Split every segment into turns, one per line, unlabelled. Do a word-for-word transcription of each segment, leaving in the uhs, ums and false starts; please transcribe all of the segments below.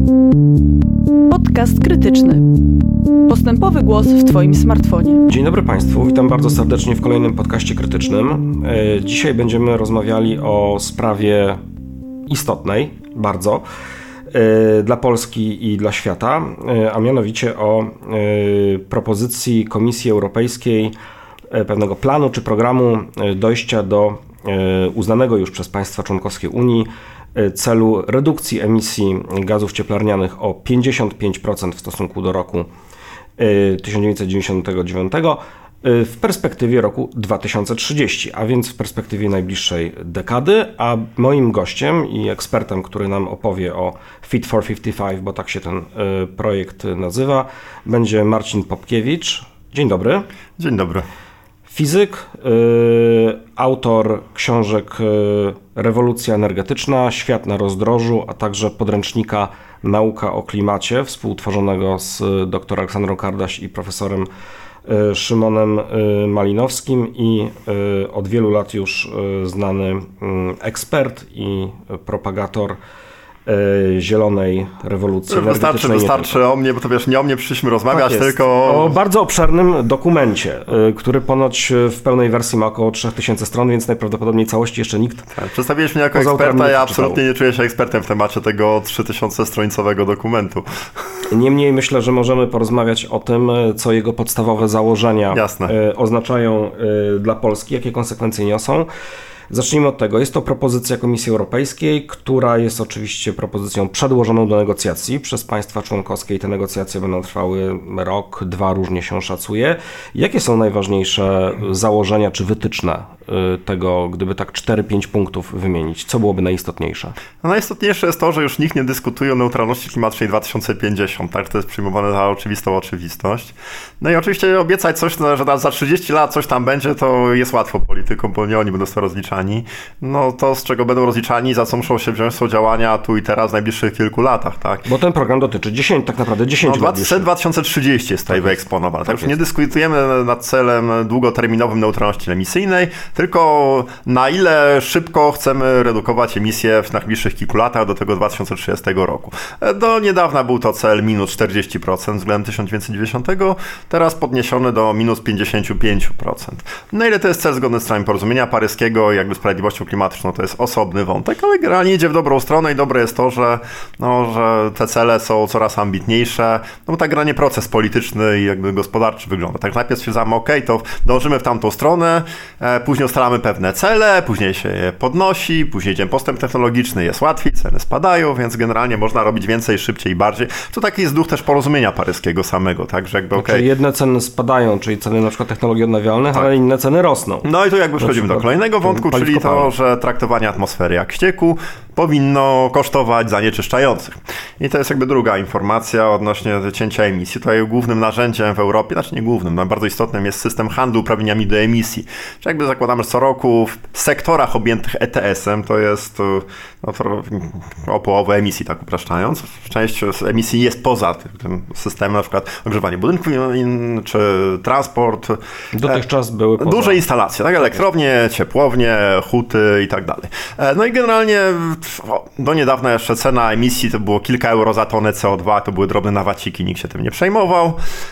Podcast krytyczny. Postępowy głos w Twoim smartfonie.
Dzień dobry Państwu, witam bardzo serdecznie w kolejnym podcaście krytycznym. Dzisiaj będziemy rozmawiali o sprawie istotnej, bardzo, dla Polski i dla świata, a mianowicie o propozycji Komisji Europejskiej pewnego planu czy programu dojścia do uznanego już przez państwa członkowskie Unii celu redukcji emisji gazów cieplarnianych o pięćdziesiąt pięć procent w stosunku do roku tysiąc dziewięćset dziewięćdziesiątego dziewiątego w perspektywie roku dwa tysiące trzydziestego, a więc w perspektywie najbliższej dekady, a moim gościem i ekspertem, który nam opowie o Fit for pięćdziesiąt pięć, bo tak się ten projekt nazywa, będzie Marcin Popkiewicz. Dzień dobry.
Dzień dobry.
Fizyk, y, autor książek y, Rewolucja energetyczna, Świat na rozdrożu, a także podręcznika Nauka o klimacie, współtworzonego z dr Aleksandrą Kardaś i profesorem y, Szymonem y, Malinowskim i y, od wielu lat już y, znany y, ekspert i propagator zielonej rewolucji energetycznej.
Wystarczy, wystarczy o mnie, bo to wiesz, nie o mnie przyszliśmy rozmawiać,
tak
tylko...
O bardzo obszernym dokumencie, który ponoć w pełnej wersji ma około trzy tysiące stron, więc najprawdopodobniej całości jeszcze nikt...
Tak, przedstawiłeś mnie jako eksperta, ja absolutnie nie czuję się ekspertem w temacie tego trzy tysiące stronicowego dokumentu.
Niemniej myślę, że możemy porozmawiać o tym, co jego podstawowe założenia Jasne. oznaczają dla Polski, jakie konsekwencje niosą. Zacznijmy od tego. Jest to propozycja Komisji Europejskiej, która jest oczywiście propozycją przedłożoną do negocjacji przez państwa członkowskie i te negocjacje będą trwały rok, dwa, różnie się szacuje. Jakie są najważniejsze założenia czy wytyczne tego, gdyby tak cztery pięć punktów wymienić? Co byłoby najistotniejsze?
No najistotniejsze jest to, że już nikt nie dyskutuje o neutralności klimatycznej dwa tysiące pięćdziesiąt, tak? To jest przyjmowane za oczywistą oczywistość. No i oczywiście obiecać coś, że za trzydzieści lat coś tam będzie, to jest łatwo politykom, bo nie oni będą sobie rozliczani. No to z czego będą rozliczani, za co muszą się wziąć są działania tu i teraz w najbliższych kilku latach, tak?
Bo ten program dotyczy dziesięć, tak naprawdę dziesięć
no,
lat.
Cel dwa tysiące trzydzieści jest tutaj tak wyeksponowany. Tak, tak już nie dyskutujemy nad celem długoterminowym neutralności emisyjnej, tylko na ile szybko chcemy redukować emisje w najbliższych kilku latach do tego dwa tysiące trzydziestego roku. Do niedawna był to cel minus czterdzieści procent względem tysiąc dziewięćset dziewięćdziesiątego, teraz podniesiony do minus pięćdziesiąt pięć procent. Na ile to jest cel zgodny z celami porozumienia paryskiego, jakby sprawiedliwością klimatyczną, to jest osobny wątek, ale generalnie idzie w dobrą stronę i dobre jest to, że, no, że te cele są coraz ambitniejsze, no bo tak generalnie proces polityczny i jakby gospodarczy wygląda. Tak najpierw stwierdzamy, ok, to dążymy w tamtą stronę, e, później ustalamy pewne cele, później się je podnosi, później idzie postęp technologiczny, jest łatwiej, ceny spadają, więc generalnie można robić więcej, szybciej i bardziej. To taki jest duch też porozumienia paryskiego samego, tak, że jakby okej.
Okay. Czyli jedne ceny spadają, czyli ceny na przykład technologii odnawialnych, tak. ale inne ceny rosną.
No i tu jakby przechodzimy do kolejnego wątku, czyli to, że traktowanie atmosfery jak ścieku powinno kosztować zanieczyszczających. I to jest jakby druga informacja odnośnie cięcia emisji. Tutaj głównym narzędziem w Europie, znaczy nie głównym, no bardzo istotnym jest system handlu uprawnieniami do emisji. Czyli jakby zakładamy, że co roku w sektorach objętych E T S-em to jest no, to o połowę emisji, tak upraszczając. Część emisji jest poza tym systemem, na przykład ogrzewanie budynków czy transport.
Dotychczas były poza.
Duże instalacje, tak? Elektrownie, ciepłownie, huty i tak dalej. No i generalnie do niedawna jeszcze cena emisji to było kilka euro za tonę C O dwa, to były drobne nawaciki, nikt się tym nie przejmował.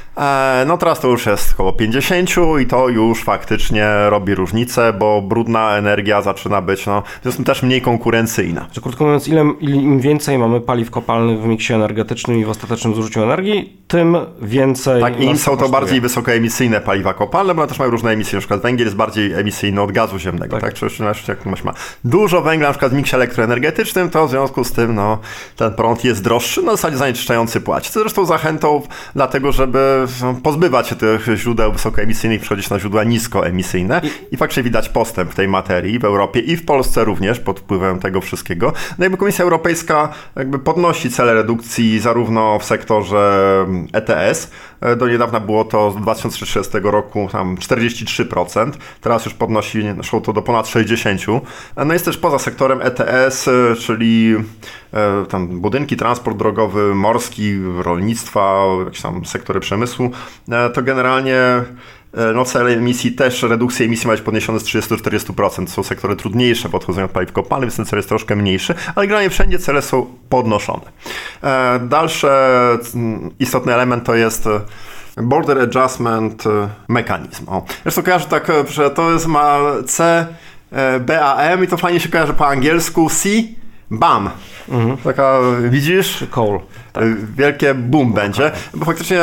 No teraz to już jest około pięćdziesiąt i to już faktycznie robi różnicę, bo brudna energia zaczyna być no, w związku z tym też mniej konkurencyjna.
Że krótko mówiąc, ile, im więcej mamy paliw kopalnych w miksie energetycznym i w ostatecznym zużyciu energii, tym więcej...
Tak, i im są to kosztuje. Bardziej wysokoemisyjne paliwa kopalne, bo one też mają różne emisje. Na przykład węgiel jest bardziej emisyjny od gazu ziemnego. Tak, tak? Czy jak ktoś ma dużo węgla, na przykład w miksie elektroenergetycznym, to w związku z tym no, ten prąd jest droższy, no w zasadzie zanieczyszczający płaci. To zresztą zachętą dlatego, żeby pozbywać się tych źródeł wysokoemisyjnych, przechodzić na źródła niskoemisyjne. I, I faktycznie widać postęp w tej materii w Europie i w Polsce również pod wpływem tego wszystkiego. No jakby Komisja Europejska jakby podnosi cele redukcji zarówno w sektorze E T S, do niedawna było to z dwa tysiące trzydziestego roku tam czterdzieści trzy procent, teraz już podnosi, szło to do ponad sześćdziesiąt procent. No jest też poza sektorem E T S, czyli tam budynki, transport drogowy, morski, rolnictwa, jakieś tam sektory przemysłu, to generalnie no cel emisji też, redukcja emisji ma być podniesione z trzydzieści do czterdziestu procent. Są sektory trudniejsze, bo odchodzą od paliw kopalnych, więc ten cel jest troszkę mniejszy, ale generalnie wszędzie cele są podnoszone. Dalszy istotny element to jest Border Adjustment Mechanism. O. Zresztą kojarzę tak, że to jest ma C, B A M i to fajnie się kojarzy po angielsku C, B A M. Mhm. Taka, widzisz?
Coal.
Tak. Wielkie boom będzie, bo faktycznie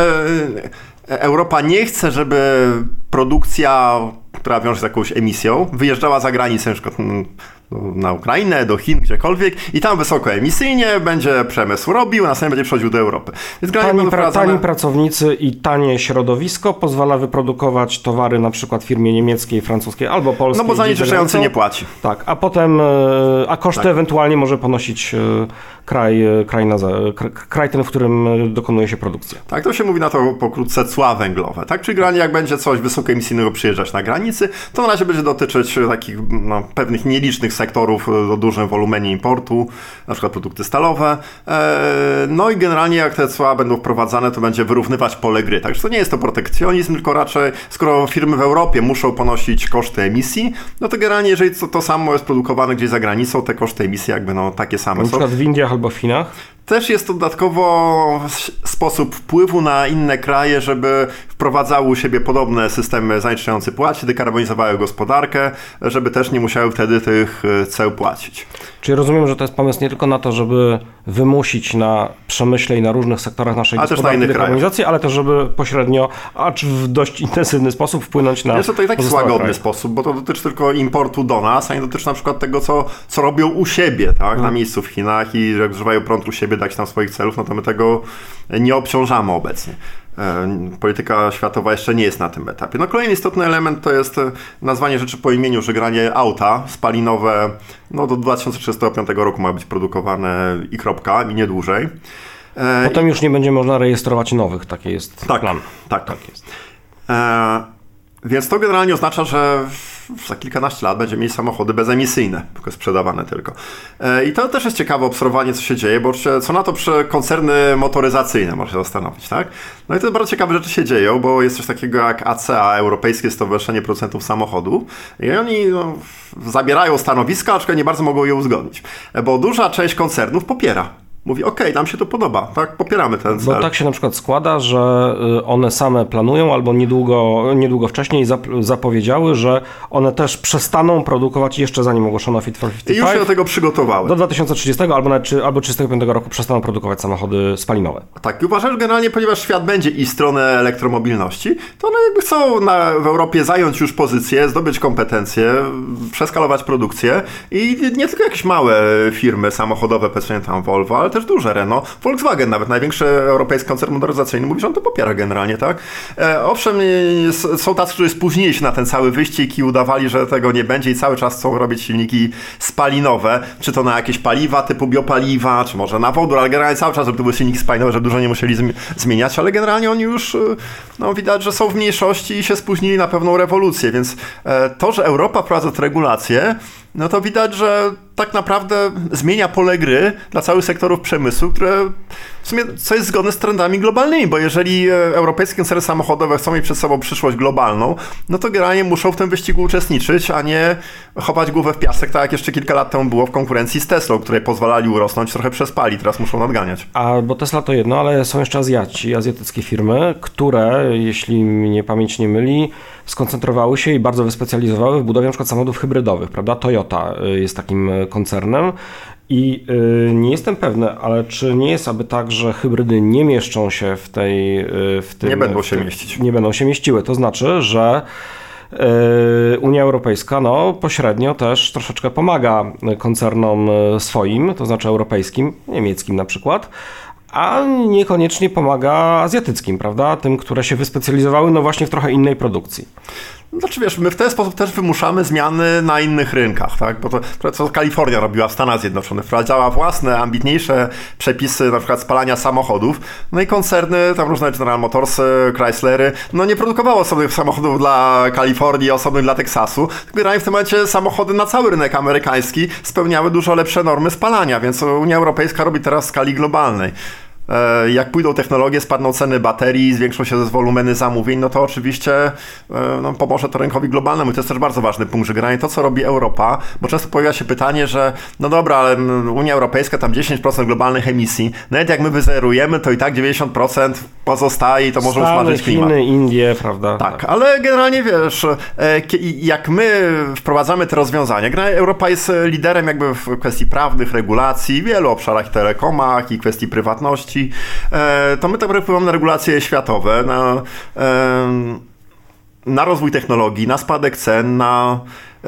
Europa nie chce, żeby produkcja, która wiąże się z jakąś emisją, wyjeżdżała za granicę, na przykład na Ukrainę, do Chin, gdziekolwiek i tam wysokoemisyjnie będzie przemysł robił, a następnie będzie przychodził do Europy.
Więc tani, pra, wprowadzane... tani pracownicy i tanie środowisko pozwala wyprodukować towary na przykład w firmie niemieckiej, francuskiej albo polskiej.
No bo zanieczyszczający nie płaci.
Tak, a potem, a koszty tak. ewentualnie może ponosić kraj, kraj, na, kraj ten, w którym dokonuje się produkcja.
Tak, to się mówi na to pokrótce cła węglowe. Tak, czyli generalnie jak będzie coś wysokoemisyjnego przyjeżdżać na granicy, to na razie będzie dotyczyć takich no, pewnych nielicznych sektorów o dużym wolumenie importu, na przykład produkty stalowe. No i generalnie jak te cła będą wprowadzane, to będzie wyrównywać pole gry. Także to nie jest to protekcjonizm, tylko raczej skoro firmy w Europie muszą ponosić koszty emisji, no to generalnie jeżeli to, to samo jest produkowane gdzieś za granicą, te koszty emisji jakby no takie same
są. Na przykład
są.
w Indiach albo w Chinach?
Też jest to dodatkowo sposób wpływu na inne kraje, żeby wprowadzały u siebie podobne systemy zanieczyszczający płaci, dekarbonizowały gospodarkę, żeby też nie musiały wtedy tych ceł płacić.
Czyli rozumiem, że to jest pomysł nie tylko na to, żeby wymusić na przemyśle i na różnych sektorach naszej
ale
gospodarki dekarbonizację, ale też żeby pośrednio, acz w dość intensywny sposób wpłynąć na...
Jest to i taki łagodny sposób, bo to dotyczy tylko importu do nas, a nie dotyczy na przykład tego, co, co robią u siebie, tak, hmm. na miejscu w Chinach i jak zużywają prąd u siebie, dać tam swoich celów, no to my tego nie obciążamy obecnie. Polityka światowa jeszcze nie jest na tym etapie. No kolejny istotny element to jest nazwanie rzeczy po imieniu, że granie auta spalinowe no do dwa tysiące trzydziestego piątego roku ma być produkowane i kropka, i nie dłużej.
Potem już nie będzie można rejestrować nowych, taki jest
tak,
plan.
Tak, tak jest. E, więc to generalnie oznacza, że za kilkanaście lat będziemy mieli samochody bezemisyjne, tylko sprzedawane tylko. I to też jest ciekawe obserwowanie, co się dzieje, bo co na to przy koncerny motoryzacyjne można się zastanowić, tak? No i to bardzo ciekawe rzeczy się dzieją, bo jest coś takiego jak A C A, Europejskie Stowarzyszenie Producentów Samochodów i oni no, zabierają stanowiska, aczkolwiek nie bardzo mogą je uzgodnić, bo duża część koncernów popiera. Mówi, okej, okay, nam się to podoba, tak, popieramy ten cel.
Bo tak się na przykład składa, że one same planują albo niedługo, niedługo wcześniej zapowiedziały, że one też przestaną produkować jeszcze zanim ogłoszono Fit for pięćdziesiąt pięć.
I już się do tego przygotowały.
Do dwa tysiące trzydziestego albo nawet albo trzydziestego piątego roku przestaną produkować samochody spalinowe.
Tak, i uważam, że generalnie, ponieważ świat będzie i stronę elektromobilności, to one jakby chcą na, w Europie zająć już pozycję, zdobyć kompetencje, przeskalować produkcję i nie tylko jakieś małe firmy samochodowe, powiedzmy tam Volvo, ale też duże Renault, Volkswagen, nawet największy europejski koncern motoryzacyjny, mówi, że on to popiera generalnie, tak? E, owszem, jest, są tacy, którzy spóźnili się na ten cały wyścig i udawali, że tego nie będzie i cały czas chcą robić silniki spalinowe, czy to na jakieś paliwa typu biopaliwa, czy może na wodór, ale generalnie cały czas, żeby to były silniki spalinowe, żeby dużo nie musieli zmieniać, ale generalnie oni już, no widać, że są w mniejszości i się spóźnili na pewną rewolucję, więc e, to, że Europa wprowadza te regulacje, no to widać, że tak naprawdę zmienia pole gry dla całych sektorów przemysłu, które w sumie co jest zgodne z trendami globalnymi, bo jeżeli europejskie koncerny samochodowe chcą mieć przed sobą przyszłość globalną, no to generalnie muszą w tym wyścigu uczestniczyć, a nie chować głowę w piasek, tak jak jeszcze kilka lat temu było w konkurencji z Teslą, której pozwalali urosnąć, trochę przespali, teraz muszą nadganiać.
A bo Tesla to jedno, ale są jeszcze Azjaci, azjatyckie firmy, które, jeśli mnie pamięć nie myli, skoncentrowały się i bardzo wyspecjalizowały w budowie na przykład samochodów hybrydowych, prawda? Toyota jest takim koncernem i yy, nie jestem pewny, ale czy nie jest aby tak, że hybrydy nie mieszczą się w tej... Yy, w tym,
nie będą
w
się
tym,
mieścić.
Nie będą się mieściły. To znaczy, że yy, Unia Europejska no, pośrednio też troszeczkę pomaga koncernom swoim, to znaczy europejskim, niemieckim na przykład, a niekoniecznie pomaga azjatyckim, prawda? Tym, które się wyspecjalizowały no właśnie w trochę innej produkcji.
Znaczy wiesz, my w ten sposób też wymuszamy zmiany na innych rynkach, tak? Bo to, co Kalifornia robiła w Stanach Zjednoczonych, wprowadzała własne, ambitniejsze przepisy, na przykład spalania samochodów, no i koncerny, tam różne General Motorsy, Chryslery, no nie produkowało osobnych samochodów dla Kalifornii, osobnych dla Teksasu, tylko generalnie w tym momencie samochody na cały rynek amerykański spełniały dużo lepsze normy spalania, więc Unia Europejska robi teraz w skali globalnej. Jak pójdą technologie, spadną ceny baterii, zwiększą się wolumeny zamówień, no to oczywiście no, pomoże to rynkowi globalnemu. I to jest też bardzo ważny punkt, że generalnie to, co robi Europa, bo często pojawia się pytanie, że no dobra, ale Unia Europejska tam dziesięć procent globalnych emisji, nawet jak my wyzerujemy, to i tak dziewięćdziesiąt procent pozostaje i to może usmażyć klimat.
Chiny, Indie, prawda?
Tak, ale generalnie wiesz, jak my wprowadzamy te rozwiązania, generalnie Europa jest liderem jakby w kwestii prawnych, regulacji, w wielu obszarach, telekomach i kwestii prywatności, to my tak wpływamy na regulacje światowe, na, na rozwój technologii, na spadek cen, na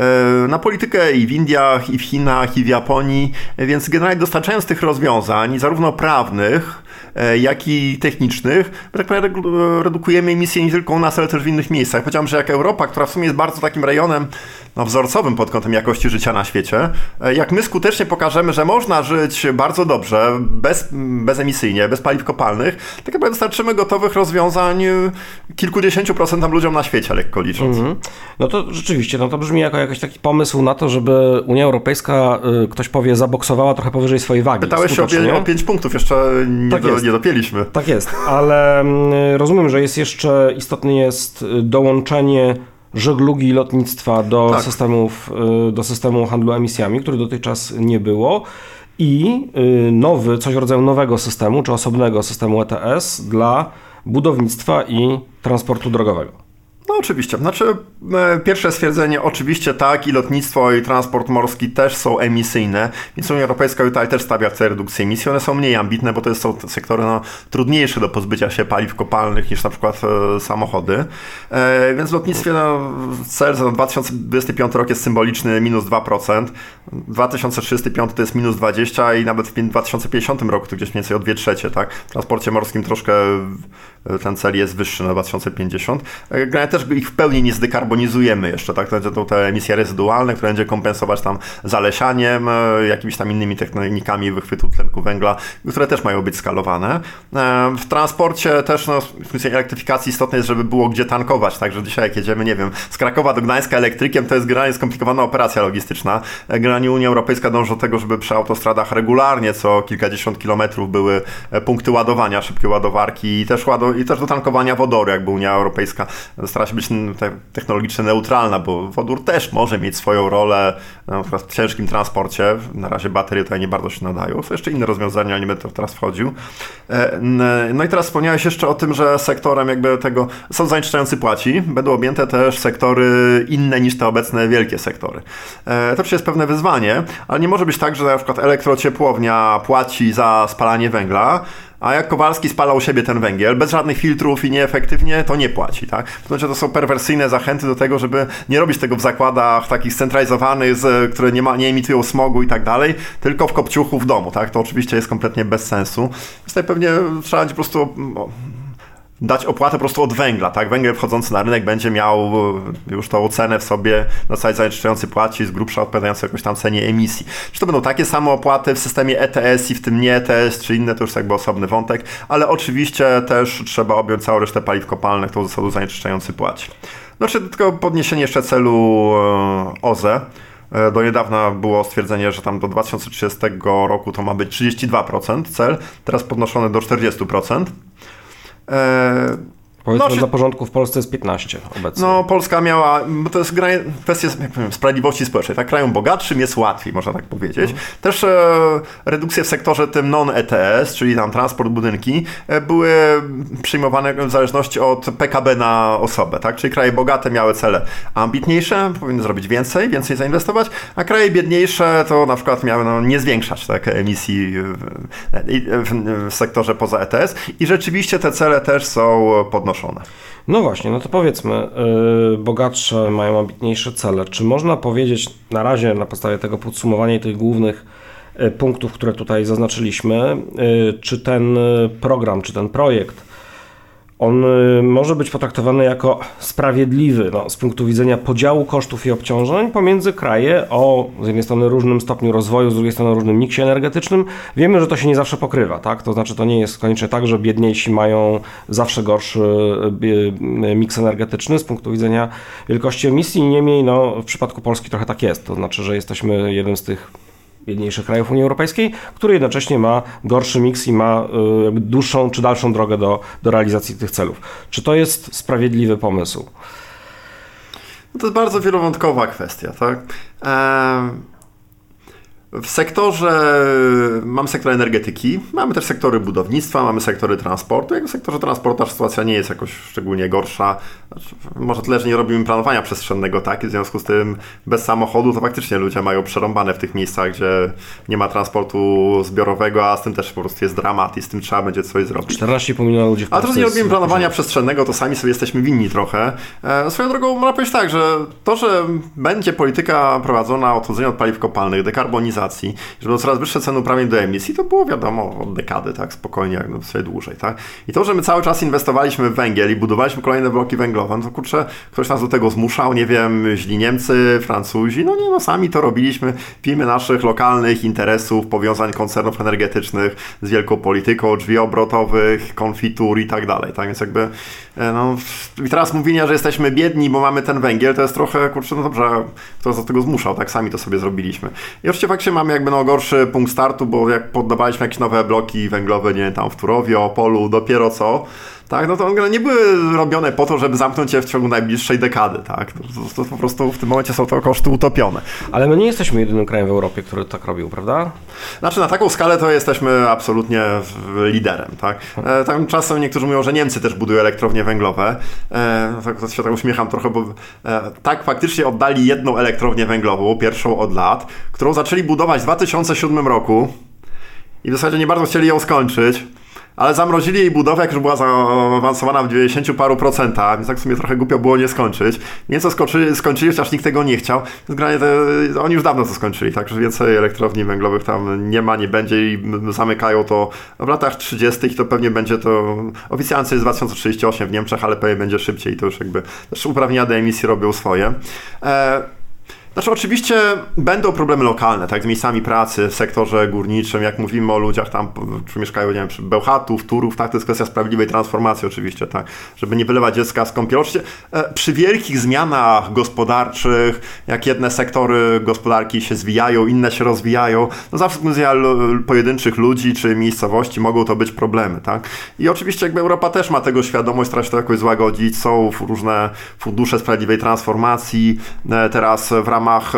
na politykę i w Indiach, i w Chinach, i w Japonii, więc generalnie dostarczając tych rozwiązań, zarówno prawnych, jak i technicznych, tak naprawdę redukujemy emisję nie tylko u nas, ale też w innych miejscach. Powiedziałem, że jak Europa, która w sumie jest bardzo takim rejonem no, wzorcowym pod kątem jakości życia na świecie, jak my skutecznie pokażemy, że można żyć bardzo dobrze, bez, bezemisyjnie, bez paliw kopalnych, tak naprawdę dostarczymy gotowych rozwiązań kilkudziesięciu procentom ludziom na świecie, lekko licząc. Mm-hmm.
No to rzeczywiście, no to brzmi jako jakiś taki pomysł na to, żeby Unia Europejska, ktoś powie, zaboksowała trochę powyżej swojej wagi.
Pytałeś się o, o pięć punktów, jeszcze nie, tak do, nie dopięliśmy.
Tak jest, ale rozumiem, że jest jeszcze, istotne jest dołączenie żeglugi i lotnictwa do, tak. systemów, do systemu handlu emisjami, który dotychczas nie było, i nowy, coś w rodzaju nowego systemu, czy osobnego systemu E T S dla budownictwa i transportu drogowego.
No oczywiście. Znaczy pierwsze stwierdzenie, oczywiście tak, i lotnictwo, i transport morski też są emisyjne, więc Unia Europejska tutaj też stawia w cel redukcji emisji. One są mniej ambitne, bo to są sektory no, trudniejsze do pozbycia się paliw kopalnych niż na przykład e, samochody. E, więc w lotnictwie no, cel za dwa tysiące dwudziesty piąty rok jest symboliczny, minus dwa procent. dwa tysiące trzydziesty piąty to jest minus dwadzieścia procent i nawet w dwa tysiące pięćdziesiątym roku to gdzieś mniej więcej o dwie trzecie. Tak? W transporcie morskim troszkę ten cel jest wyższy na dwa tysiące pięćdziesiąty. E, też ich w pełni nie zdekarbonizujemy jeszcze, tak? To będą te emisje rezydualne, które będzie kompensować tam zalesianiem, jakimiś tam innymi technikami wychwytu tlenku węgla, które też mają być skalowane. W transporcie też no, w kwestii elektryfikacji istotne jest, żeby było gdzie tankować, także dzisiaj jak jedziemy, nie wiem, z Krakowa do Gdańska elektrykiem, to jest generalnie skomplikowana operacja logistyczna. Generalnie Unia Europejska dąży do tego, żeby przy autostradach regularnie co kilkadziesiąt kilometrów były punkty ładowania, szybkie ładowarki i też, łado- i też do tankowania wodoru, jakby Unia Europejska stara się być technologicznie neutralna, bo wodór też może mieć swoją rolę na przykład w ciężkim transporcie. Na razie baterie tutaj nie bardzo się nadają. Są jeszcze inne rozwiązania, nie będę teraz wchodził. No i teraz wspomniałeś jeszcze o tym, że sektorem jakby tego Sąd Zanieczyszczający płaci. Będą objęte też sektory inne niż te obecne wielkie sektory. To przecież jest pewne wyzwanie, ale nie może być tak, że na przykład elektrociepłownia płaci za spalanie węgla, a jak Kowalski spala u siebie ten węgiel, bez żadnych filtrów i nieefektywnie, to nie płaci, tak? To znaczy, to są perwersyjne zachęty do tego, żeby nie robić tego w zakładach takich scentralizowanych, z, które nie, ma, nie emitują smogu i tak dalej, tylko w kopciuchu w domu, tak? To oczywiście jest kompletnie bez sensu. Więc tutaj pewnie trzeba będzie po prostu o, dać opłatę po prostu od węgla, tak? Węgiel wchodzący na rynek będzie miał już tą cenę w sobie, na zasadzie zanieczyszczający płaci, z grubsza odpowiadający jakoś tam cenie emisji. Czy to będą takie same opłaty w systemie E T S i w tym nie E T S, czy inne, to już jakby osobny wątek, ale oczywiście też trzeba objąć całą resztę paliw kopalnych tą zasadą zanieczyszczający płaci. Znaczy tylko podniesienie jeszcze celu O Z E. Do niedawna było stwierdzenie, że tam do dwa tysiące trzydziestego roku to ma być trzydzieści dwa procent cel, teraz podnoszony do czterdzieści procent.
Eee, Powiedzmy, no, dla porządku w Polsce jest piętnaście obecnie.
No, Polska miała, bo to jest kwestia, jak powiem, sprawiedliwości społecznej. Tak, krajom bogatszym jest łatwiej, można tak powiedzieć. Mhm. Też e, redukcje w sektorze tym non-E T S, czyli tam transport, budynki, e, były przyjmowane w zależności od P K B na osobę, tak? Czyli kraje bogate miały cele ambitniejsze, powinny zrobić więcej, więcej zainwestować, a kraje biedniejsze to na przykład miały no, nie zwiększać tak, emisji w, w, w sektorze poza E T S i rzeczywiście te cele też są podnoszone.
No właśnie, no to powiedzmy, yy, bogatsze mają ambitniejsze cele. Czy można powiedzieć na razie na podstawie tego podsumowania i tych głównych y, punktów, które tutaj zaznaczyliśmy, y, czy ten program, czy ten projekt, on y, może być potraktowany jako sprawiedliwy no, z punktu widzenia podziału kosztów i obciążeń pomiędzy kraje o z jednej strony różnym stopniu rozwoju, z drugiej strony różnym miksie energetycznym. Wiemy, że to się nie zawsze pokrywa, tak? To znaczy to nie jest koniecznie tak, że biedniejsi mają zawsze gorszy y, miks energetyczny z punktu widzenia wielkości emisji. Niemniej no, w przypadku Polski trochę tak jest. To znaczy, że jesteśmy jednym z tych biedniejszych krajów Unii Europejskiej, który jednocześnie ma gorszy miks i ma y, jakby dłuższą czy dalszą drogę do, do realizacji tych celów. Czy to jest sprawiedliwy pomysł?
No to jest bardzo wielowątkowa kwestia, tak? Eee... W sektorze, mamy sektor energetyki, mamy też sektory budownictwa, mamy sektory transportu. Jak w sektorze transportu sytuacja nie jest jakoś szczególnie gorsza. Znaczy, może tyle, że nie robimy planowania przestrzennego, tak? I w związku z tym bez samochodu to faktycznie ludzie mają przerąbane w tych miejscach, gdzie nie ma transportu zbiorowego, a z tym też po prostu jest dramat i z tym trzeba będzie coś zrobić.
czternaście i pół miliona ludzi w
Polsce. A teraz nie robimy planowania przestrzennego, to sami sobie jesteśmy winni trochę. E, swoją drogą można powiedzieć tak, że to, że będzie polityka prowadzona odchodzenia od paliw kopalnych, dekarbonizacji, że będą coraz wyższe ceny uprawnień do emisji, to było wiadomo od dekady, tak, spokojnie, jak no, sobie dłużej, tak. I to, że my cały czas inwestowaliśmy w węgiel i budowaliśmy kolejne bloki węglowe, no to kurczę, ktoś nas do tego zmuszał, nie wiem, źli Niemcy, Francuzi, no nie, no sami to robiliśmy w imię naszych lokalnych interesów, powiązań koncernów energetycznych z wielką polityką, drzwi obrotowych, konfitur i tak dalej, tak, więc jakby, no i teraz mówienie, że jesteśmy biedni, bo mamy ten węgiel, to jest trochę, kurczę, no dobrze, kto nas do tego zmuszał, tak, sami to sobie zrobiliśmy. I oczywiście faktycznie mamy jakby no gorszy punkt startu, bo jak poddawaliśmy jakieś nowe bloki węglowe, nie wiem, tam w Turowie, Opolu, dopiero co, tak, no to one nie były robione po to, żeby zamknąć je w ciągu najbliższej dekady, tak, to, to, to po prostu w tym momencie są to koszty utopione.
Ale my nie jesteśmy jedynym krajem w Europie, który tak robił, prawda?
Znaczy na taką skalę to jesteśmy absolutnie liderem, tak. E, tam czasem niektórzy mówią, że Niemcy też budują elektrownie węglowe, e, tak, to się tak uśmiecham trochę, bo e, tak faktycznie oddali jedną elektrownię węglową, pierwszą od lat, którą zaczęli budować w dwa tysiące siódmym roku i w zasadzie nie bardzo chcieli ją skończyć, ale zamrozili jej budowę, jak już była zaawansowana w dziewięćdziesięciu paru procentach, więc tak w sumie trochę głupio było nie skończyć. Nieco skończyli, skończyli, chociaż nikt tego nie chciał, więc granie te, oni już dawno to skończyli, tak, że więcej elektrowni węglowych tam nie ma, nie będzie i zamykają to w latach trzydziestych i to pewnie będzie to, oficjalnie jest dwa tysiące trzydzieści osiem w Niemczech, ale pewnie będzie szybciej i to już jakby też uprawnienia do emisji robią swoje. E, Znaczy oczywiście będą problemy lokalne, tak, z miejscami pracy w sektorze górniczym, jak mówimy o ludziach tam, czy mieszkają, nie wiem, przy Bełchatów, Turów, tak, to jest kwestia sprawiedliwej transformacji oczywiście, tak, żeby nie wylewać dziecka z kąpielą. Oczywiście e, przy wielkich zmianach gospodarczych, jak jedne sektory gospodarki się zwijają, inne się rozwijają, no zawsze z pojedynczych ludzi czy miejscowości mogą to być problemy, tak. I oczywiście jakby Europa też ma tego świadomość, stara się to jakoś złagodzić, są różne fundusze sprawiedliwej transformacji, e, teraz w ramach W ramach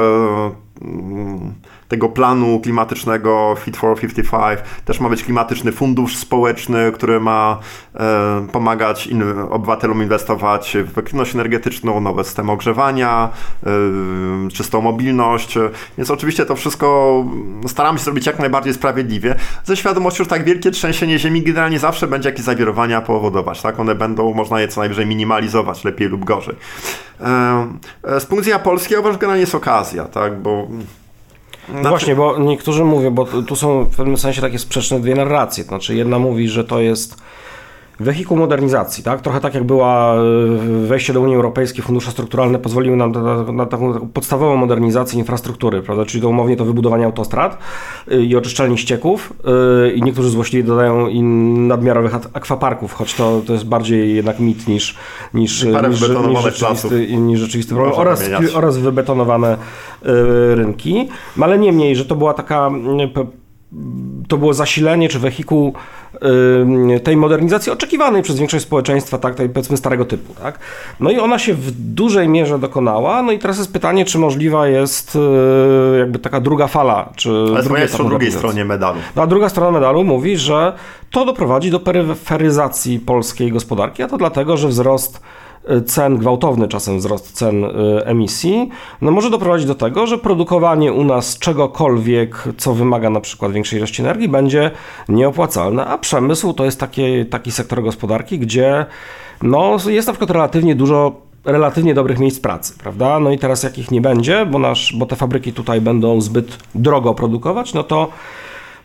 tego planu klimatycznego Fit for pięćdziesiąt pięć też ma być klimatyczny fundusz społeczny, który ma e, pomagać in, obywatelom inwestować w efektywność energetyczną, nowe systemy ogrzewania, e, czystą mobilność, więc oczywiście to wszystko staramy się zrobić jak najbardziej sprawiedliwie, ze świadomością, że tak wielkie trzęsienie ziemi generalnie zawsze będzie jakieś zawirowania powodować, tak? One będą, można je co najwyżej minimalizować, lepiej lub gorzej. E, z punktu widzenia Polski uważam, że generalnie jest okazja, tak? Bo
No znaczy... właśnie, bo niektórzy mówią, bo tu są w pewnym sensie takie sprzeczne dwie narracje. To znaczy jedna mówi, że to jest wehikuł modernizacji, tak? Trochę tak jak była wejście do Unii Europejskiej, fundusze strukturalne pozwoliły nam na, na taką podstawową modernizację infrastruktury, prawda? Czyli to umownie to wybudowanie autostrad i oczyszczalni ścieków i niektórzy złośliwie dodają i nadmiarowych akwaparków, choć to, to jest bardziej jednak mit niż, niż, niż, niż, rzeczywisty, niż rzeczywisty problem, oraz, oraz wybetonowane rynki, ale niemniej, że to była taka to było zasilenie czy wehikuł y, tej modernizacji oczekiwanej przez większość społeczeństwa, tak, tej powiedzmy starego typu, tak. No i ona się w dużej mierze dokonała, no i teraz jest pytanie, czy możliwa jest y, jakby taka druga fala, czy
ale drugie jest po drugiej stronie medalu.
No, a druga strona medalu mówi, że to doprowadzi do peryferyzacji polskiej gospodarki, a to dlatego, że wzrost cen, gwałtowny czasem wzrost cen emisji, no może doprowadzić do tego, że produkowanie u nas czegokolwiek, co wymaga na przykład większej ilości energii, będzie nieopłacalne, a przemysł to jest taki, taki sektor gospodarki, gdzie no, jest na przykład relatywnie dużo relatywnie dobrych miejsc pracy, prawda? No i teraz jak ich nie będzie, bo, nasz, bo te fabryki tutaj będą zbyt drogo produkować, no to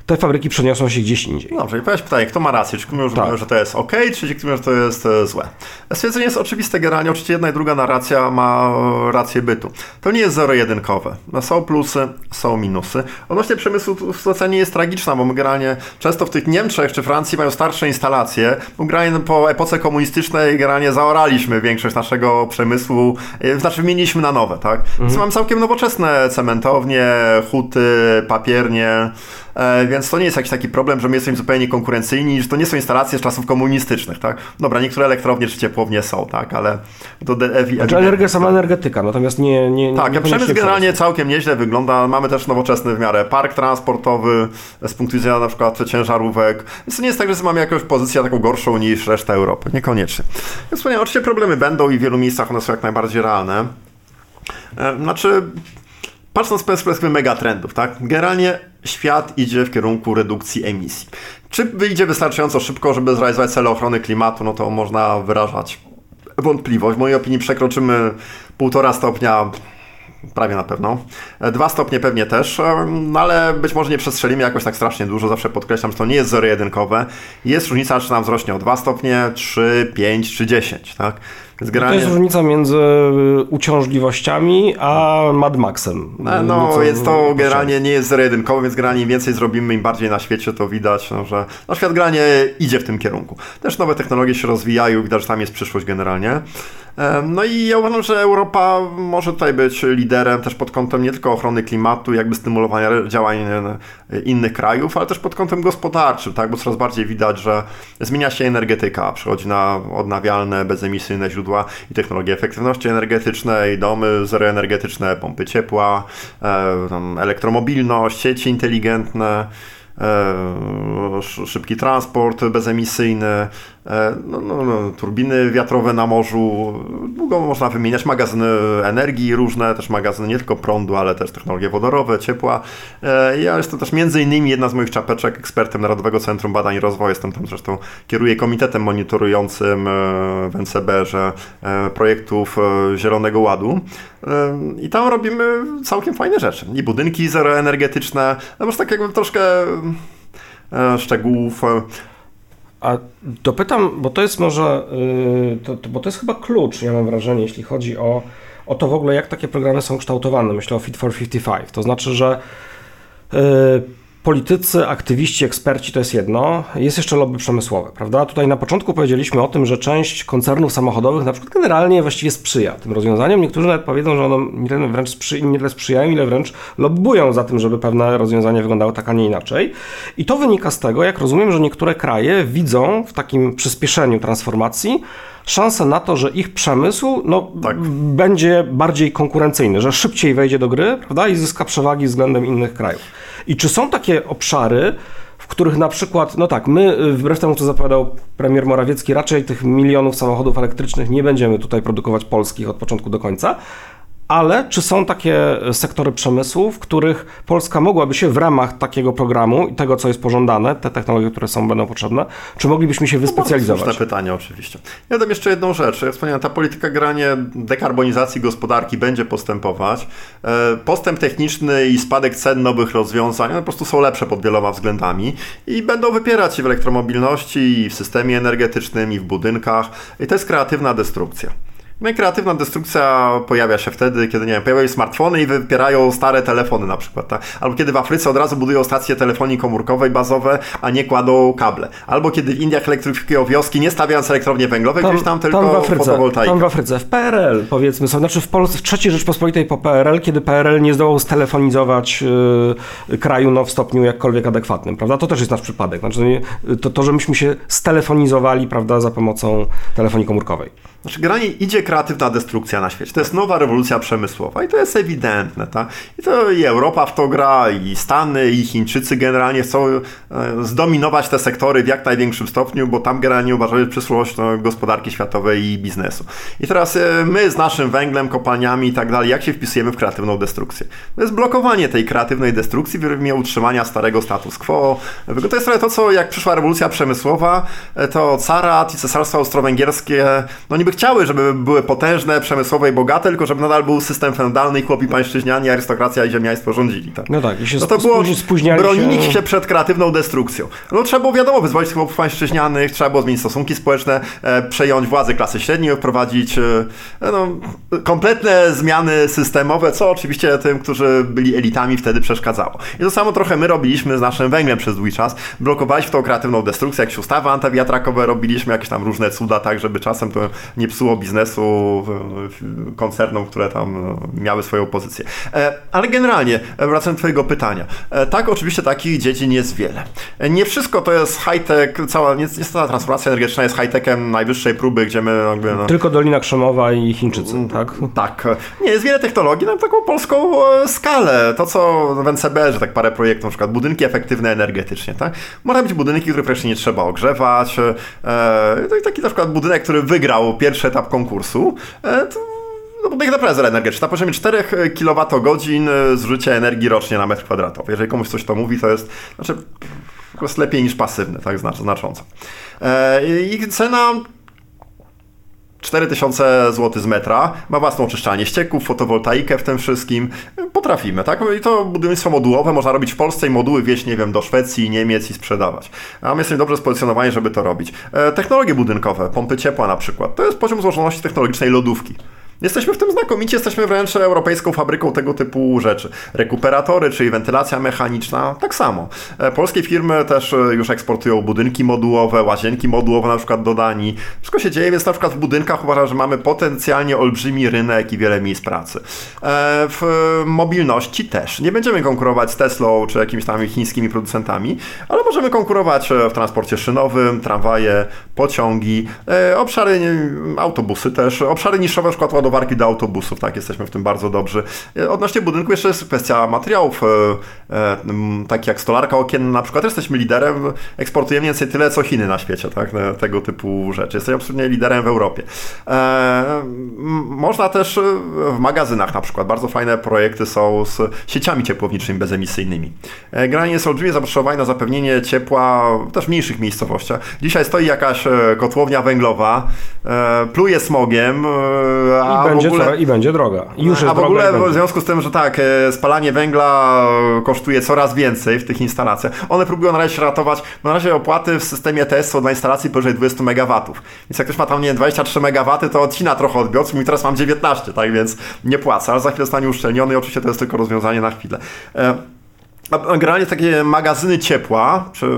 te fabryki przeniosą się gdzieś indziej.
Dobrze, i powiedz pytanie, kto ma rację? Czy ktoś mówi, tak. że to jest ok, czy ktoś mówi, że to jest e, złe? Stwierdzenie jest oczywiste generalnie, oczywiście jedna i druga narracja ma rację bytu. To nie jest zero-jedynkowe. No, są plusy, są minusy. Odnośnie przemysłu sytuacja nie jest tragiczna, bo my generalnie często w tych Niemczech czy Francji mają starsze instalacje, bo generalnie po epoce komunistycznej generalnie zaoraliśmy większość naszego przemysłu, znaczy wymieniliśmy na nowe, tak? Mhm. Więc mamy całkiem nowoczesne cementownie, huty, papiernie, e, więc to nie jest jakiś taki problem, że my jesteśmy zupełnie konkurencyjni, że to nie są instalacje z czasów komunistycznych, tak? Dobra, niektóre elektrownie czy ciepłownie są, tak, ale to...
Znaczy energia, sama energetyka, natomiast nie... nie, nie
tak,
nie
przemysł generalnie przemysł. Całkiem nieźle wygląda, mamy też nowoczesny w miarę park transportowy, z punktu widzenia na przykład ciężarówek, więc to nie jest tak, że mamy jakąś pozycję taką gorszą niż reszta Europy, niekoniecznie. Więc oczywiście problemy będą i w wielu miejscach one są jak najbardziej realne. Znaczy, patrząc z perspektywy megatrendów, tak? Generalnie świat idzie w kierunku redukcji emisji. Czy wyjdzie wystarczająco szybko, żeby zrealizować cele ochrony klimatu, no to można wyrażać wątpliwość. W mojej opinii przekroczymy półtora stopnia prawie na pewno. Dwa stopnie pewnie też, no ale być może nie przestrzelimy jakoś tak strasznie dużo. Zawsze podkreślam, że to nie jest zero-jedynkowe. Jest różnica, czy nam wzrośnie o dwa stopnie, trzy, pięć czy dziesięć, tak?
Więc generalnie... To jest różnica między uciążliwościami a Mad Maxem.
No, no więc to generalnie nie jest zero-jedynkowe, więc generalnie im więcej zrobimy, im bardziej na świecie to widać, no, że no, świat generalnie idzie w tym kierunku. Też nowe technologie się rozwijają, widać, że tam jest przyszłość generalnie. No i ja uważam, że Europa może tutaj być liderem też pod kątem nie tylko ochrony klimatu, jakby stymulowania działań innych krajów, ale też pod kątem gospodarczym, tak? Bo coraz bardziej widać, że zmienia się energetyka, przechodzi na odnawialne, bezemisyjne źródła i technologie efektywności energetycznej, domy zeroenergetyczne, pompy ciepła, elektromobilność, sieci inteligentne, szybki transport bezemisyjny, no, no, no, turbiny wiatrowe na morzu, długo można wymieniać, magazyny energii różne, też magazyny nie tylko prądu, ale też technologie wodorowe, ciepła. Ja jestem też między innymi jedna z moich czapeczek ekspertem Narodowego Centrum Badań i Rozwoju, jestem tam zresztą, kieruję komitetem monitorującym w N C B R projektów Zielonego Ładu i tam robimy całkiem fajne rzeczy. I budynki zeroenergetyczne, no może tak jakby troszkę szczegółów.
A dopytam, bo to jest może, to, to, bo to jest chyba klucz, ja mam wrażenie, jeśli chodzi o, o to w ogóle, jak takie programy są kształtowane. Myślę o Fit for pięćdziesiąt pięć. To znaczy, że yy, politycy, aktywiści, eksperci to jest jedno, jest jeszcze lobby przemysłowe, prawda? Tutaj na początku powiedzieliśmy o tym, że część koncernów samochodowych na przykład generalnie właściwie sprzyja tym rozwiązaniom. Niektórzy nawet powiedzą, że one nie tyle wręcz sprzy- nie tyle sprzyjają, ile wręcz lobbują za tym, żeby pewne rozwiązania wyglądały tak, a nie inaczej. I to wynika z tego, jak rozumiem, że niektóre kraje widzą w takim przyspieszeniu transformacji szansę na to, że ich przemysł no, tak. będzie bardziej konkurencyjny, że szybciej wejdzie do gry, prawda, i zyska przewagi względem innych krajów. I czy są takie obszary, w których na przykład, no tak, my wbrew temu, co zapowiadał premier Morawiecki, raczej tych milionów samochodów elektrycznych nie będziemy tutaj produkować polskich od początku do końca, ale czy są takie sektory przemysłu, w których Polska mogłaby się w ramach takiego programu i tego, co jest pożądane, te technologie, które są, będą potrzebne, czy moglibyśmy się wyspecjalizować?
To pytanie oczywiście. Ja dam jeszcze jedną rzecz. Ja wspomniałem, ta polityka granie dekarbonizacji gospodarki będzie postępować. Postęp techniczny i spadek cen nowych rozwiązań po prostu są lepsze pod wieloma względami i będą wypierać się w elektromobilności, i w systemie energetycznym, i w budynkach. I to jest kreatywna destrukcja. No i kreatywna destrukcja pojawia się wtedy, kiedy, nie wiem, pojawiają się smartfony i wypierają stare telefony na przykład, tak? Albo kiedy w Afryce od razu budują stacje telefonii komórkowej bazowe, a nie kładą kable. Albo kiedy w Indiach elektryfikują wioski, nie stawiając elektrowni węglowej, tam, gdzieś tam tylko
tam w Afryce,
fotowoltaika.
Tam w Afryce, w P R L powiedzmy sobie, znaczy w Polsce, w trzeciej Rzeczpospolitej po P R L, kiedy P R L nie zdołał stelefonizować yy, kraju no, w stopniu jakkolwiek adekwatnym, prawda? To też jest nasz przypadek. Znaczy, to, to, że myśmy się stelefonizowali, prawda, za pomocą telefonii komórkowej.
Znaczy, generalnie idzie kreatywna destrukcja na świecie. To jest nowa rewolucja przemysłowa i to jest ewidentne. Tak? I to i Europa w to gra, i Stany, i Chińczycy generalnie chcą e, zdominować te sektory w jak największym stopniu, bo tam generalnie uważają przyszłość no, gospodarki światowej i biznesu. I teraz e, my z naszym węglem, kopalniami i tak dalej, jak się wpisujemy w kreatywną destrukcję? To jest blokowanie tej kreatywnej destrukcji w imię utrzymania starego status quo. To jest trochę to, co jak przyszła rewolucja przemysłowa, to carat i cesarstwo austro-węgierskie, no niby by chciały, żeby były potężne, przemysłowe i bogate, tylko żeby nadal był system feudalny i chłopi pańszczyźniani, arystokracja i ziemiaństwo rządzili. Tak?
No tak, i się
no to było,
spóźniali
bronili
się...
się przed kreatywną destrukcją. No trzeba było, wiadomo, wyzwolić chłopów pańszczyźnianych, trzeba było zmienić stosunki społeczne, e, przejąć władzę klasy średniej, wprowadzić e, no, kompletne zmiany systemowe, co oczywiście tym, którzy byli elitami, wtedy przeszkadzało. I to samo trochę my robiliśmy z naszym węglem przez długi czas. Blokowaliśmy tą kreatywną destrukcję, jakieś ustawy antywiatrakowe robiliśmy, jakieś tam różne cuda, tak, żeby czasem to nie psuło biznesu koncernom, które tam miały swoją pozycję. Ale generalnie, wracając do twojego pytania, tak, oczywiście takich dziedzin jest wiele. Nie wszystko to jest high-tech, cała, nie, nie cała transformacja energetyczna jest high-techem najwyższej próby, gdzie my... Jakby, no,
tylko Dolina Krzemowa i Chińczycy, tak?
Tak. Nie, jest wiele technologii na taką polską skalę. To, co w N C B, że tak parę projektów, na przykład budynki efektywne energetycznie, tak? Można być budynki, które praktycznie nie trzeba ogrzewać. E, taki na przykład budynek, który wygrał pierwszy etap konkursu, e, to no budynek naprawdę zero energetyczny. Na poziomie cztery kilowatogodzin zużycia energii rocznie na metr kwadratowy. Jeżeli komuś coś to mówi, to jest, znaczy, po prostu lepiej niż pasywny, tak, znacząco. E, I cena cztery tysiące złotych z metra, ma własną oczyszczalnię ścieków, fotowoltaikę w tym wszystkim. Potrafimy, tak? I to budownictwo modułowe można robić w Polsce i moduły wieźć, nie wiem, do Szwecji, Niemiec i sprzedawać. A my jesteśmy dobrze spozycjonowani, żeby to robić. E, technologie budynkowe, pompy ciepła na przykład, to jest poziom złożoności technologicznej lodówki. Jesteśmy w tym znakomicie, jesteśmy wręcz europejską fabryką tego typu rzeczy. Rekuperatory, czyli wentylacja mechaniczna, tak samo. Polskie firmy też już eksportują budynki modułowe, łazienki modułowe na przykład do Danii. Wszystko się dzieje, więc na przykład w budynkach uważam, że mamy potencjalnie olbrzymi rynek i wiele miejsc pracy. W mobilności też. Nie będziemy konkurować z Teslą czy jakimiś tam chińskimi producentami, ale możemy konkurować w transporcie szynowym, tramwaje, pociągi, obszary, autobusy też, obszary niszowe, na przykład ładowarki do autobusów, tak, jesteśmy w tym bardzo dobrzy. Odnośnie budynku jeszcze jest kwestia materiałów, e, e, takie jak stolarka okienna na przykład, jesteśmy liderem, eksportujemy mniej więcej tyle co Chiny na świecie, tak, tego typu rzeczy. Jesteśmy absolutnie liderem w Europie. E, można też w magazynach na przykład, bardzo fajne projekty są z sieciami ciepłowniczymi bezemisyjnymi. E, generalnie jest olbrzymie zapotrzebowanie na zapewnienie ciepła też w mniejszych miejscowościach. Dzisiaj stoi jakaś kotłownia węglowa, e, pluje smogiem,
I będzie, ogóle, I będzie droga. I już jest
a w ogóle
droga
w związku z tym, że tak, spalanie węgla kosztuje coraz więcej w tych instalacjach, one próbują na razie się ratować, bo na razie opłaty w systemie E T S są dla instalacji powyżej dwadzieścia megawatów. Więc jak ktoś ma tam, nie wiem, dwadzieścia trzy megawaty, to odcina trochę od biorców, i teraz mam dziewiętnaście, tak, więc nie płacę, ale za chwilę zostanie uszczelniony i oczywiście to jest tylko rozwiązanie na chwilę. A generalnie takie magazyny ciepła, czy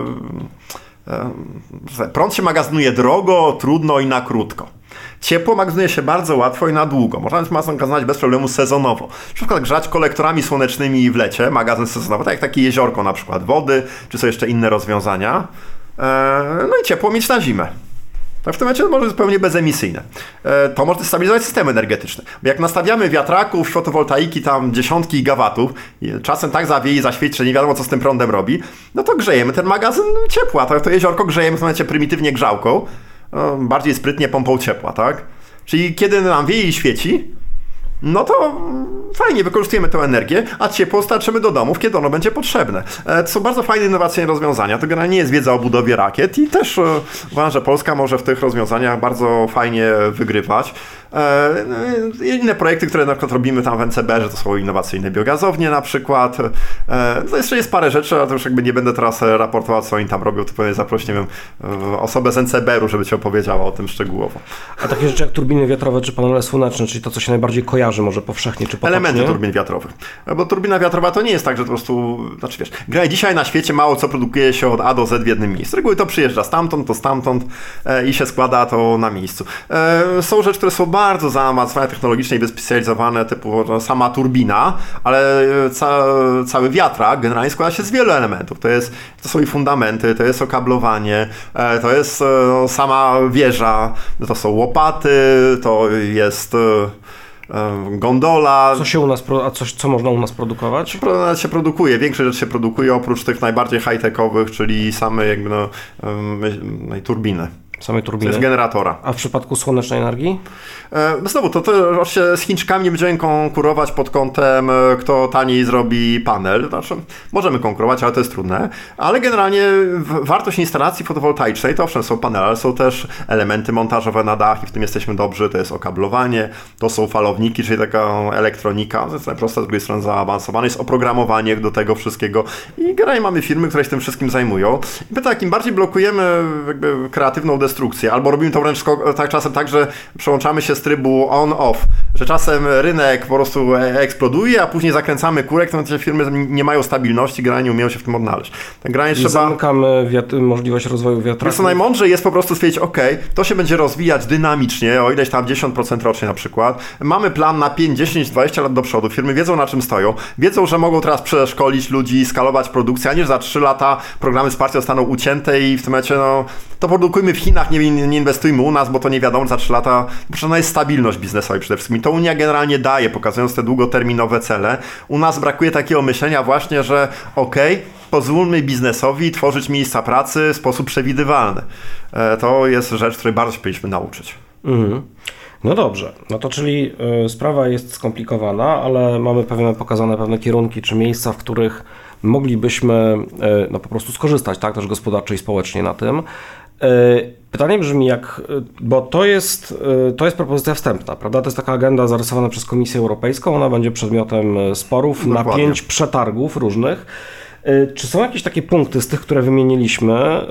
prąd się magazynuje drogo, trudno i na krótko. Ciepło magazynuje się bardzo łatwo i na długo. Można magazynować bez problemu sezonowo. Na przykład grzać kolektorami słonecznymi w lecie, magazyn sezonowy, tak jak takie jeziorko na przykład wody, czy są jeszcze inne rozwiązania. No i ciepło mieć na zimę. Tak w tym momencie to może zupełnie bezemisyjne. To może stabilizować system energetyczny. Bo jak nastawiamy wiatraków, fotowoltaiki tam dziesiątki gigawatów, czasem tak zawieje, zaświeci, że nie wiadomo co z tym prądem robi, no to grzejemy ten magazyn ciepła. To, to jeziorko grzejemy w tym momencie prymitywnie grzałką, no, bardziej sprytnie pompą ciepła, tak? Czyli kiedy nam wieje i świeci, no to fajnie, wykorzystujemy tę energię, a ciepło starczymy do domów, kiedy ono będzie potrzebne. To są bardzo fajne, innowacyjne rozwiązania. To generalnie jest wiedza o budowie rakiet i też e, uważam, że Polska może w tych rozwiązaniach bardzo fajnie wygrywać. E, inne projekty, które na przykład robimy tam w N C B, że to są innowacyjne biogazownie na przykład. E, to jeszcze jest parę rzeczy, ale to już jakby nie będę teraz raportował, co oni tam robią, to pewnie zaprosić, nie wiem, osobę z N C B R u, żeby ci opowiedziała o tym szczegółowo.
A takie rzeczy jak turbiny wiatrowe czy panele słoneczne, czyli to, co się najbardziej kojarzy może powszechnie czy potocznie?
Elementy turbin wiatrowych. Bo turbina wiatrowa to nie jest tak, że po prostu, znaczy wiesz, graj dzisiaj na świecie mało co produkuje się od A do Z w jednym miejscu. Z reguły to przyjeżdża stamtąd, to stamtąd e, i się składa to na miejscu. E, są rzeczy, które są bardzo zaawansowane technologicznie i wyspecjalizowane, typu no, sama turbina, ale ca, cały wiatrak generalnie składa się z wielu elementów. To, jest, to są i fundamenty, to jest okablowanie, e, to jest e, sama wieża, to są łopaty, to jest gondola.
Co się u nas, a coś, co można u nas produkować?
Się produkuje, większość rzeczy się produkuje oprócz tych najbardziej high-techowych, czyli same jakby no, no turbiny.
Samej turbiny.
To jest generatora.
A w przypadku słonecznej energii?
E, znowu, to, to oczywiście z Chińczykami nie będziemy konkurować pod kątem, kto taniej zrobi panel. Znaczy, możemy konkurować, ale to jest trudne. Ale generalnie wartość instalacji fotowoltaicznej to owszem są panele, ale są też elementy montażowe na dach i w tym jesteśmy dobrzy. To jest okablowanie, to są falowniki, czyli taka elektronika. To jest najprostsza, z drugiej strony zaawansowane. Jest oprogramowanie do tego wszystkiego. I generalnie mamy firmy, które się tym wszystkim zajmują. I tak, im bardziej blokujemy jakby kreatywną destrukcję, albo robimy to wręcz tak czasem tak, że przełączamy się z trybu on-off, że czasem rynek po prostu eksploduje, a później zakręcamy kurek, to te firmy nie mają stabilności, generalnie nie umieją się w tym odnaleźć. Tak generalnie trzeba...
Zamykamy wiat- możliwość rozwoju wiatraków.
Więc to najmądrzej jest po prostu stwierdzić, ok, to się będzie rozwijać dynamicznie, o ileś tam dziesięć procent rocznie na przykład. Mamy plan na pięć, dziesięć, dwadzieścia lat do przodu. Firmy wiedzą, na czym stoją. Wiedzą, że mogą teraz przeszkolić ludzi, skalować produkcję, a nie, że za trzy lata programy wsparcia zostaną ucięte i w tym momencie, no, to produkujmy w Chinach, nie, nie inwestujmy u nas, bo to nie wiadomo, za trzy lata potrzebna jest stabilność biznesowa przede wszystkim. I to Unia generalnie daje, pokazując te długoterminowe cele. U nas brakuje takiego myślenia właśnie, że okej, okay, pozwólmy biznesowi tworzyć miejsca pracy w sposób przewidywalny. To jest rzecz, której bardzo się powinniśmy nauczyć. Mhm.
No dobrze, no to czyli y, sprawa jest skomplikowana, ale mamy pewne pokazane pewne kierunki czy miejsca, w których moglibyśmy y, no po prostu skorzystać, tak, też gospodarczo i społecznie na tym. Y, pytanie brzmi jak, bo to jest, y, to jest propozycja wstępna, prawda? To jest taka agenda zarysowana przez Komisję Europejską, ona będzie przedmiotem sporów,
Dokładnie.
napięć, przetargów różnych. Czy są jakieś takie punkty z tych, które wymieniliśmy,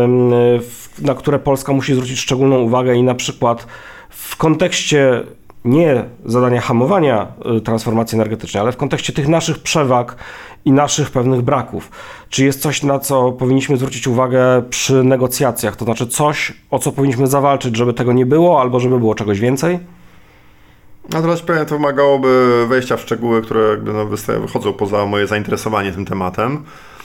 na które Polska musi zwrócić szczególną uwagę i na przykład w kontekście nie zadania hamowania transformacji energetycznej, ale w kontekście tych naszych przewag i naszych pewnych braków. Czy jest coś, na co powinniśmy zwrócić uwagę przy negocjacjach? To znaczy coś, o co powinniśmy zawalczyć, żeby tego nie było, albo żeby było czegoś więcej?
A teraz pewnie to wymagałoby wejścia w szczegóły, które jakby no wychodzą poza moje zainteresowanie tym tematem.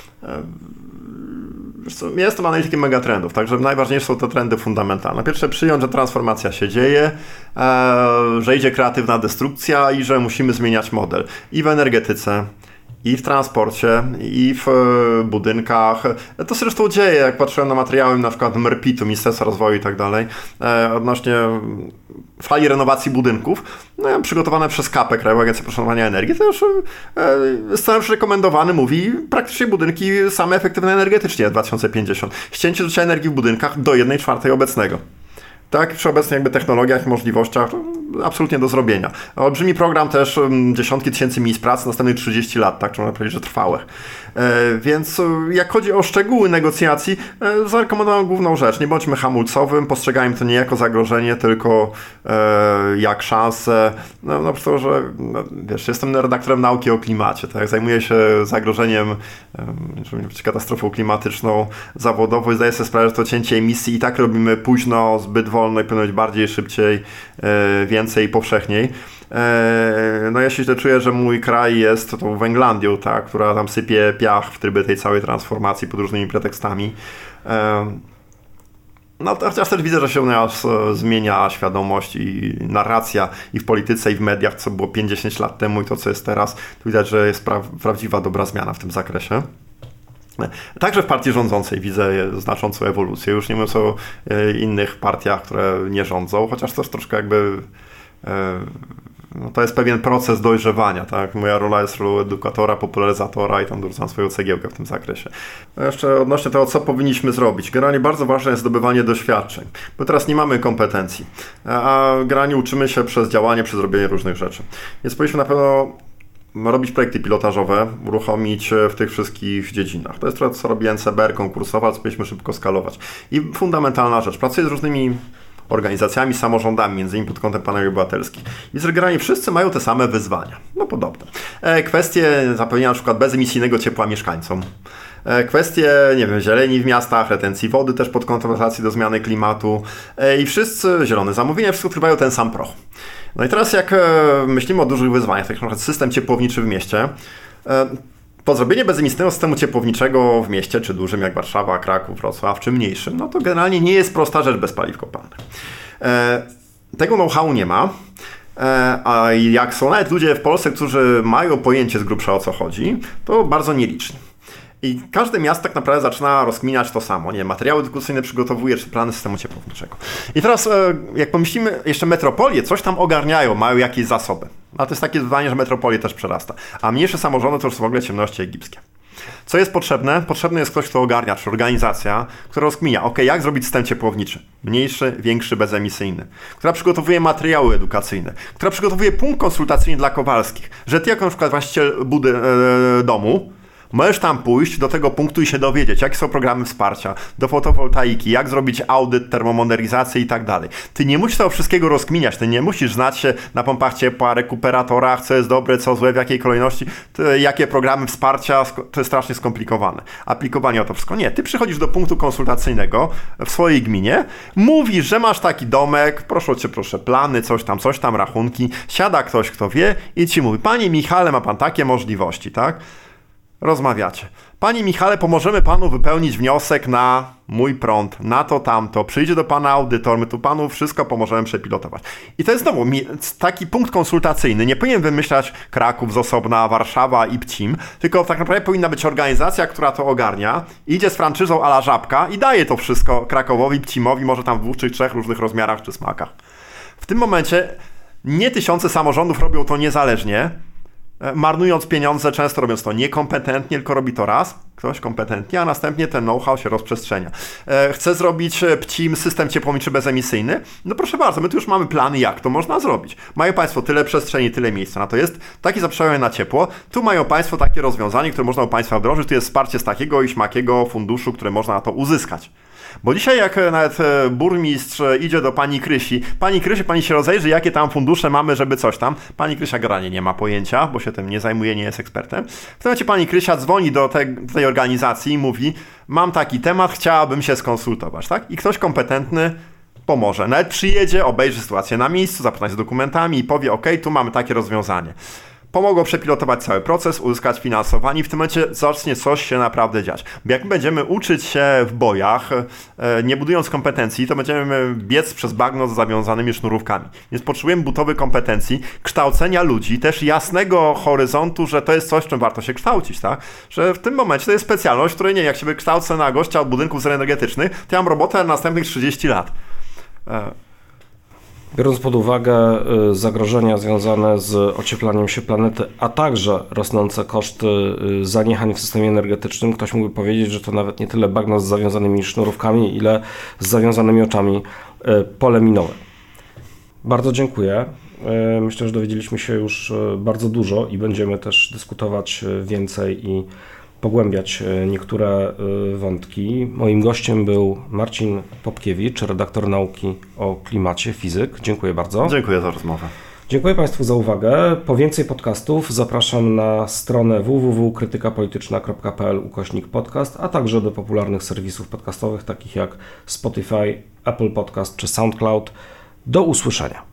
Ja jestem analitykiem megatrendów, także najważniejsze są te trendy fundamentalne. Pierwsze, przyjąć, że transformacja się dzieje, że idzie kreatywna destrukcja i że musimy zmieniać model i w energetyce, i w transporcie, i w budynkach. To się zresztą dzieje, jak patrzyłem na materiały na przykład M R P I T-u, Ministerstwa Rozwoju i tak dalej, odnośnie fali renowacji budynków, no, przygotowane przez K P, Krajową Agencję Promowania Energii, to już e, scenariusz rekomendowany mówi praktycznie budynki same efektywne energetycznie w dwa tysiące pięćdziesiąt. Ścięcie zużycia energii w budynkach do jednej czwartej obecnego. Tak, przy obecnych jakby technologiach i możliwościach absolutnie do zrobienia. Olbrzymi program też, dziesiątki tysięcy miejsc pracy, następnych trzydzieści lat, tak, czy można powiedzieć, że trwałych. E, więc jak chodzi o szczegóły negocjacji, e, zarekomendowałem główną rzecz. Nie bądźmy hamulcowym, postrzegajmy to nie jako zagrożenie, tylko e, jak szansę. No, no to, że no, wiesz, jestem redaktorem nauki o klimacie, tak, zajmuję się zagrożeniem, e, katastrofą klimatyczną zawodowo i zdaję sobie sprawę, że to cięcie emisji i tak robimy późno, zbyt wolno i powinno być bardziej, szybciej, e, więcej, powszechniej. No ja się źle czuję, że mój kraj jest tą Węglandią, tak, która tam sypie piach w trybie tej całej transformacji pod różnymi pretekstami. No to chociaż też widzę, że się u nas zmienia świadomość i narracja i w polityce, i w mediach, co było pięć dziesięć lat temu i to, co jest teraz. Tu widać, że jest pra- prawdziwa, dobra zmiana w tym zakresie. Także w partii rządzącej widzę znaczącą ewolucję. Już nie mówiąc o innych partiach, które nie rządzą, chociaż też troszkę jakby no to jest pewien proces dojrzewania, tak? Moja rola jest rolą edukatora, popularyzatora i tam dorzucam swoją cegiełkę w tym zakresie. A jeszcze odnośnie tego, co powinniśmy zrobić. Generalnie bardzo ważne jest zdobywanie doświadczeń, bo teraz nie mamy kompetencji, a generalnie uczymy się przez działanie, przez robienie różnych rzeczy. Więc powinniśmy na pewno robić projekty pilotażowe, uruchomić w tych wszystkich dziedzinach. To jest to, co robi N C B R, konkursować, co powinniśmy szybko skalować. I fundamentalna rzecz, pracuję z różnymi organizacjami, samorządami, między innymi pod kątem paneli obywatelskich. Więc generalnie wszyscy mają te same wyzwania. No podobne. E, kwestie zapewnienia na przykład bezemisyjnego ciepła mieszkańcom. E, kwestie, nie wiem, zieleni w miastach, retencji wody też pod kątem adaptacji do zmiany klimatu. E, I wszyscy, zielone zamówienia, wszystko trwają ten sam proch. No i teraz jak e, myślimy o dużych wyzwaniach, tak jak na przykład system ciepłowniczy w mieście, e, po zrobienie bezemisyjnego systemu ciepłowniczego w mieście, czy dużym jak Warszawa, Kraków, Wrocław, czy mniejszym, no to generalnie nie jest prosta rzecz bez paliw kopalnych. E, tego know-how nie ma, e, a jak są nawet ludzie w Polsce, którzy mają pojęcie z grubsza o co chodzi, to bardzo nieliczni. I każde miasto tak naprawdę zaczyna rozkminiać to samo. Nie, materiały dyskusyjne przygotowuje, czy plany systemu ciepłowniczego. I teraz, jak pomyślimy, jeszcze metropolie coś tam ogarniają, mają jakieś zasoby. A to jest takie zdanie, że metropolie też przerasta. A mniejsze samorządy to już są w ogóle ciemności egipskie. Co jest potrzebne? Potrzebny jest ktoś, kto ogarnia, czy organizacja, która rozkminia, ok, jak zrobić system ciepłowniczy? Mniejszy, większy, bezemisyjny. Która przygotowuje materiały edukacyjne. Która przygotowuje punkt konsultacyjny dla Kowalskich. Że ty jako na przykład właściciel budy, e, domu, możesz tam pójść do tego punktu i się dowiedzieć, jakie są programy wsparcia do fotowoltaiki, jak zrobić audyt, termomodernizację i tak dalej. Ty nie musisz tego wszystkiego rozkminiać, ty nie musisz znać się na pompach ciepła, rekuperatorach, co jest dobre, co złe, w jakiej kolejności, ty, jakie programy wsparcia, to jest strasznie skomplikowane. Aplikowanie o to wszystko. Nie, ty przychodzisz do punktu konsultacyjnego w swojej gminie, mówisz, że masz taki domek, proszę cię, proszę, plany, coś tam, coś tam, rachunki, siada ktoś, kto wie i ci mówi, panie Michale, ma pan takie możliwości, tak? Rozmawiacie. Panie Michale, pomożemy panu wypełnić wniosek na mój prąd, na to, tamto. Przyjdzie do pana audytor, my tu panu wszystko pomożemy przepilotować. I to jest znowu taki punkt konsultacyjny. Nie powinien wymyślać Kraków z osobna, Warszawa i Pcim, tylko tak naprawdę powinna być organizacja, która to ogarnia, idzie z franczyzą à la Żabka i daje to wszystko Krakowowi, Pcimowi, może tam w dwóch czy trzech różnych rozmiarach czy smakach. W tym momencie nie tysiące samorządów robią to niezależnie, marnując pieniądze, często robiąc to niekompetentnie, tylko robi to raz, ktoś kompetentnie, a następnie ten know-how się rozprzestrzenia. E, chce zrobić Pcim system ciepłowniczy bezemisyjny? No proszę bardzo, my tu już mamy plany, jak to można zrobić. Mają Państwo tyle przestrzeni, tyle miejsca na to jest, takie zapotrzebowanie na ciepło, tu mają Państwo takie rozwiązanie, które można u Państwa wdrożyć, tu jest wsparcie z takiego i śmakiego funduszu, które można na to uzyskać. Bo dzisiaj jak nawet burmistrz idzie do pani Krysi, pani Krysi, pani się rozejrzy, jakie tam fundusze mamy, żeby coś tam. Pani Krysia generalnie nie ma pojęcia, bo się tym nie zajmuje, nie jest ekspertem. W tym momencie pani Krysia dzwoni do, te, do tej organizacji i mówi, mam taki temat, chciałabym się skonsultować, tak? I ktoś kompetentny pomoże. Nawet przyjedzie, obejrzy sytuację na miejscu, zapyta się z dokumentami i powie, ok, tu mamy takie rozwiązanie. Pomogło przepilotować cały proces, uzyskać finansowanie i w tym momencie zacznie coś się naprawdę dziać. Bo jak będziemy uczyć się w bojach, nie budując kompetencji, to będziemy biec przez bagno z zawiązanymi sznurówkami. Więc potrzebujemy budowy kompetencji, kształcenia ludzi, też jasnego horyzontu, że to jest coś, czym warto się kształcić, tak? Że w tym momencie to jest specjalność, której nie, jak się wykształcę na gościa od budynków energetycznych, to ja mam robotę na następnych trzydzieści lat.
Biorąc pod uwagę zagrożenia związane z ocieplaniem się planety, a także rosnące koszty zaniechań w systemie energetycznym, ktoś mógłby powiedzieć, że to nawet nie tyle bagno z zawiązanymi sznurówkami, ile z zawiązanymi oczami pole minowe. Bardzo dziękuję. Myślę, że dowiedzieliśmy się już bardzo dużo i będziemy też dyskutować więcej i pogłębiać niektóre wątki. Moim gościem był Marcin Popkiewicz, redaktor nauki o klimacie, fizyk. Dziękuję bardzo.
Dziękuję za rozmowę.
Dziękuję Państwu za uwagę. Po więcej podcastów zapraszam na stronę w w w kropka krytykapolityczna kropka p l ukośnik podcast, a także do popularnych serwisów podcastowych takich jak Spotify, Apple Podcast czy SoundCloud. Do usłyszenia.